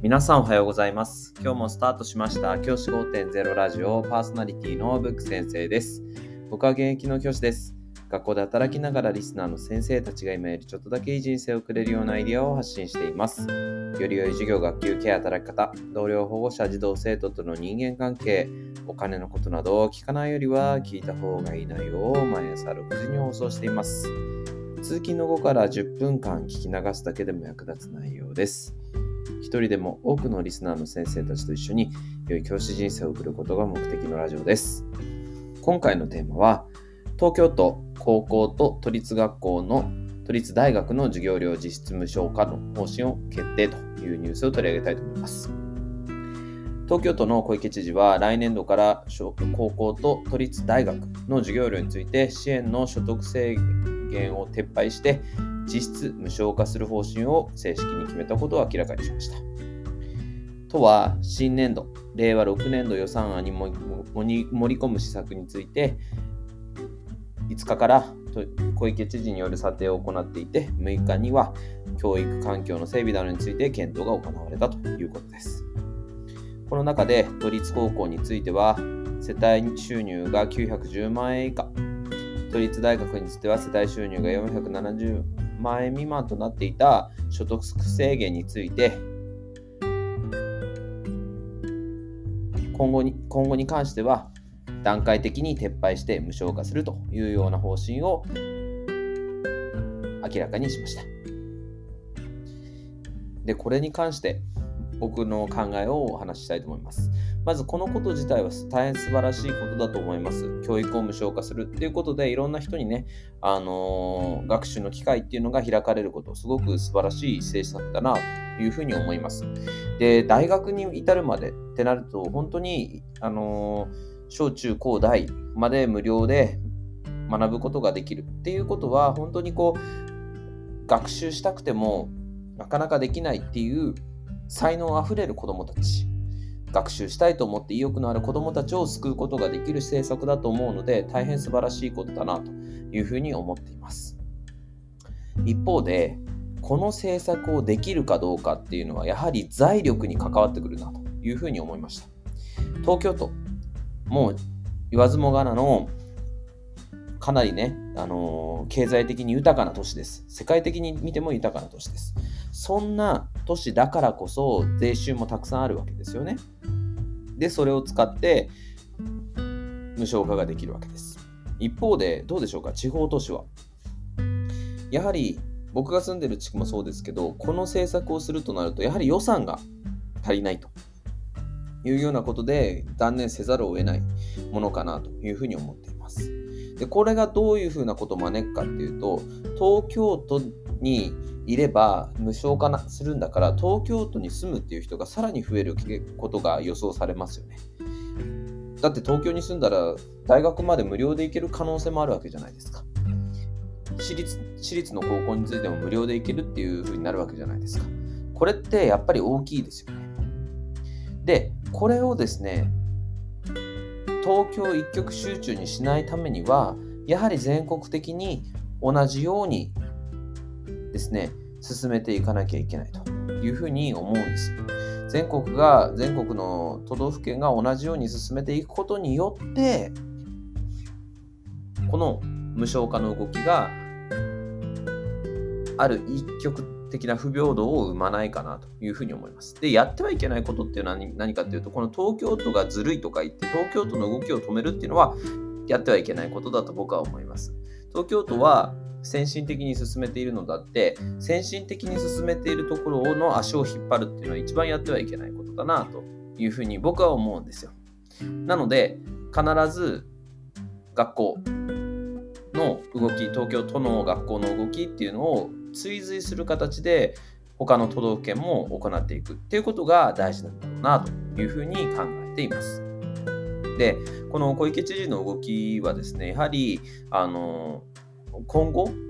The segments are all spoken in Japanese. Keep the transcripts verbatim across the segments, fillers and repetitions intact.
皆さんおはようございます。今日もスタートしました教師 ごてんゼロ ラジオパーソナリティのブック先生です。僕は現役の教師です。学校で働きながらリスナーの先生たちが今よりちょっとだけいい人生を送れるようなアイディアを発信しています。より良い授業、学級、ケア、働き方、同僚、保護者、児童、生徒との人間関係、お金のことなどを聞かないよりは聞いた方がいい内容を毎朝ろくじに放送しています。通勤の後からじゅっぷんかん聞き流すだけでも役立つ内容です。一人でも多くのリスナーの先生たちと一緒に良い教師人生を送ることが目的のラジオです。今回のテーマは東京都高校と都立学校の都立大学の授業料実質無償化の方針を決定というニュースを取り上げたいと思います。東京都の小池知事は来年度から高校と都立大学の授業料について支援の所得制限を撤廃して実質無償化する方針を正式に決めたことを明らかにしました。都は新年度、れいわろくねんど予算案に盛り込む施策についていつかから小池知事による査定を行っていて、むいかには教育環境の整備などについて検討が行われたということです。この中で都立高校については世帯収入がきゅうひゃくじゅうまんえん以下、都立大学については世帯収入がよんひゃくななじゅうまんえん未満となっていた所得制限について今後に、今後に関しては段階的に撤廃して無償化するというような方針を明らかにしました。で、これに関して僕の考えをお話ししたいと思います。まずこのこと自体は大変素晴らしいことだと思います。教育を無償化するっていうことでいろんな人にね、あのー、学習の機会っていうのが開かれること、すごく素晴らしい政策だなというふうに思います。で、大学に至るまでってなると本当に、あのー、小中高大まで無料で学ぶことができるっていうことは本当にこう学習したくてもなかなかできないっていう才能あふれる子どもたち、学習したいと思って意欲のある子どもたちを救うことができる政策だと思うので大変素晴らしいことだなというふうに思っています。一方でこの政策をできるかどうかっていうのはやはり財力に関わってくるなというふうに思いました。東京都もう言わずもがなのかなりね、あのー、経済的に豊かな都市です。世界的に見ても豊かな都市です。そんな都市だからこそ税収もたくさんあるわけですよね。で、それを使って無償化ができるわけです。一方でどうでしょうか、地方都市はやはり僕が住んでる地区もそうですけど、この政策をするとなるとやはり予算が足りないというようなことで断念せざるを得ないものかなというふうに思っています。で、これがどういうふうなことを招くかっていうと、東京都にいれば無償化するんだから東京都に住むっていう人がさらに増えることが予想されますよね。だって東京に住んだら大学まで無料で行ける可能性もあるわけじゃないですか。私立、私立の高校についても無料で行けるっていうふうになるわけじゃないですか。これってやっぱり大きいですよね。で、これをですね、東京一極集中にしないためには、やはり全国的に同じようにですね、進めていかなきゃいけないというふうに思うんです。全国が、全国の都道府県が同じように進めていくことによって、この無償化の動きがある一極的な不平等を生まないかなというふうに思います。で、やってはいけないことっていうのは何かっていうと、この東京都がずるいとか言って東京都の動きを止めるっていうのはやってはいけないことだと僕は思います。東京都は先進的に進めているのだって、先進的に進めているところの足を引っ張るっていうのは一番やってはいけないことだなというふうに僕は思うんですよ。なので必ず学校の動き、東京都の学校の動きっていうのを追随する形で他の都道府県も行っていくっていうことが大事なんだろうなというふうに考えています。で、この小池知事の動きはですね、やはりあの今後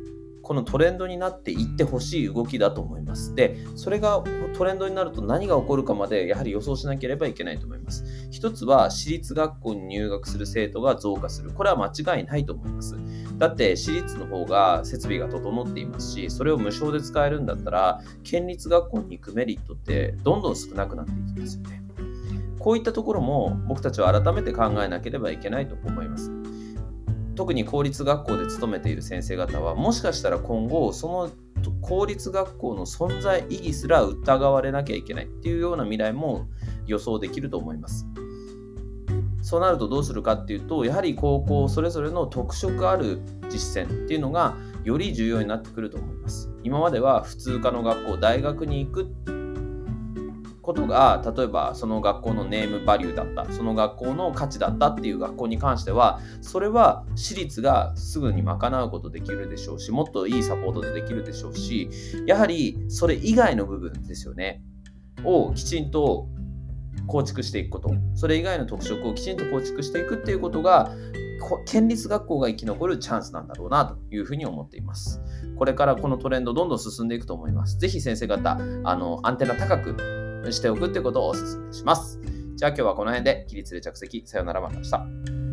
このトレンドになっていってほしい動きだと思います。で、それがトレンドになると何が起こるかまでやはり予想しなければいけないと思います。一つは私立学校に入学する生徒が増加する。これは間違いないと思います。だって私立の方が設備が整っていますし、それを無償で使えるんだったら、県立学校に行くメリットってどんどん少なくなっていきますよね。こういったところも僕たちは改めて考えなければいけないと思います。特に公立学校で勤めている先生方は、もしかしたら今後その公立学校の存在意義すら疑われなきゃいけないっていうような未来も予想できると思います。そうなるとどうするかっていうと、やはり高校それぞれの特色ある実践っていうのがより重要になってくると思います。今までは普通科の学校、大学に行くことが、例えばその学校のネームバリューだった、その学校の価値だったっていう学校に関しては、それは私立がすぐに賄うことできるでしょうし、もっといいサポートでできるでしょうし、やはりそれ以外の部分ですよね、をきちんと構築していくこと、それ以外の特色をきちんと構築していくっていうことが、県立学校が生き残るチャンスなんだろうなというふうに思っています。これからこのトレンドどんどん進んでいくと思います。ぜひ先生方、あのアンテナ高くしておくってことをお勧めします。じゃあ今日はこの辺で起立で着席。さようなら、また明日。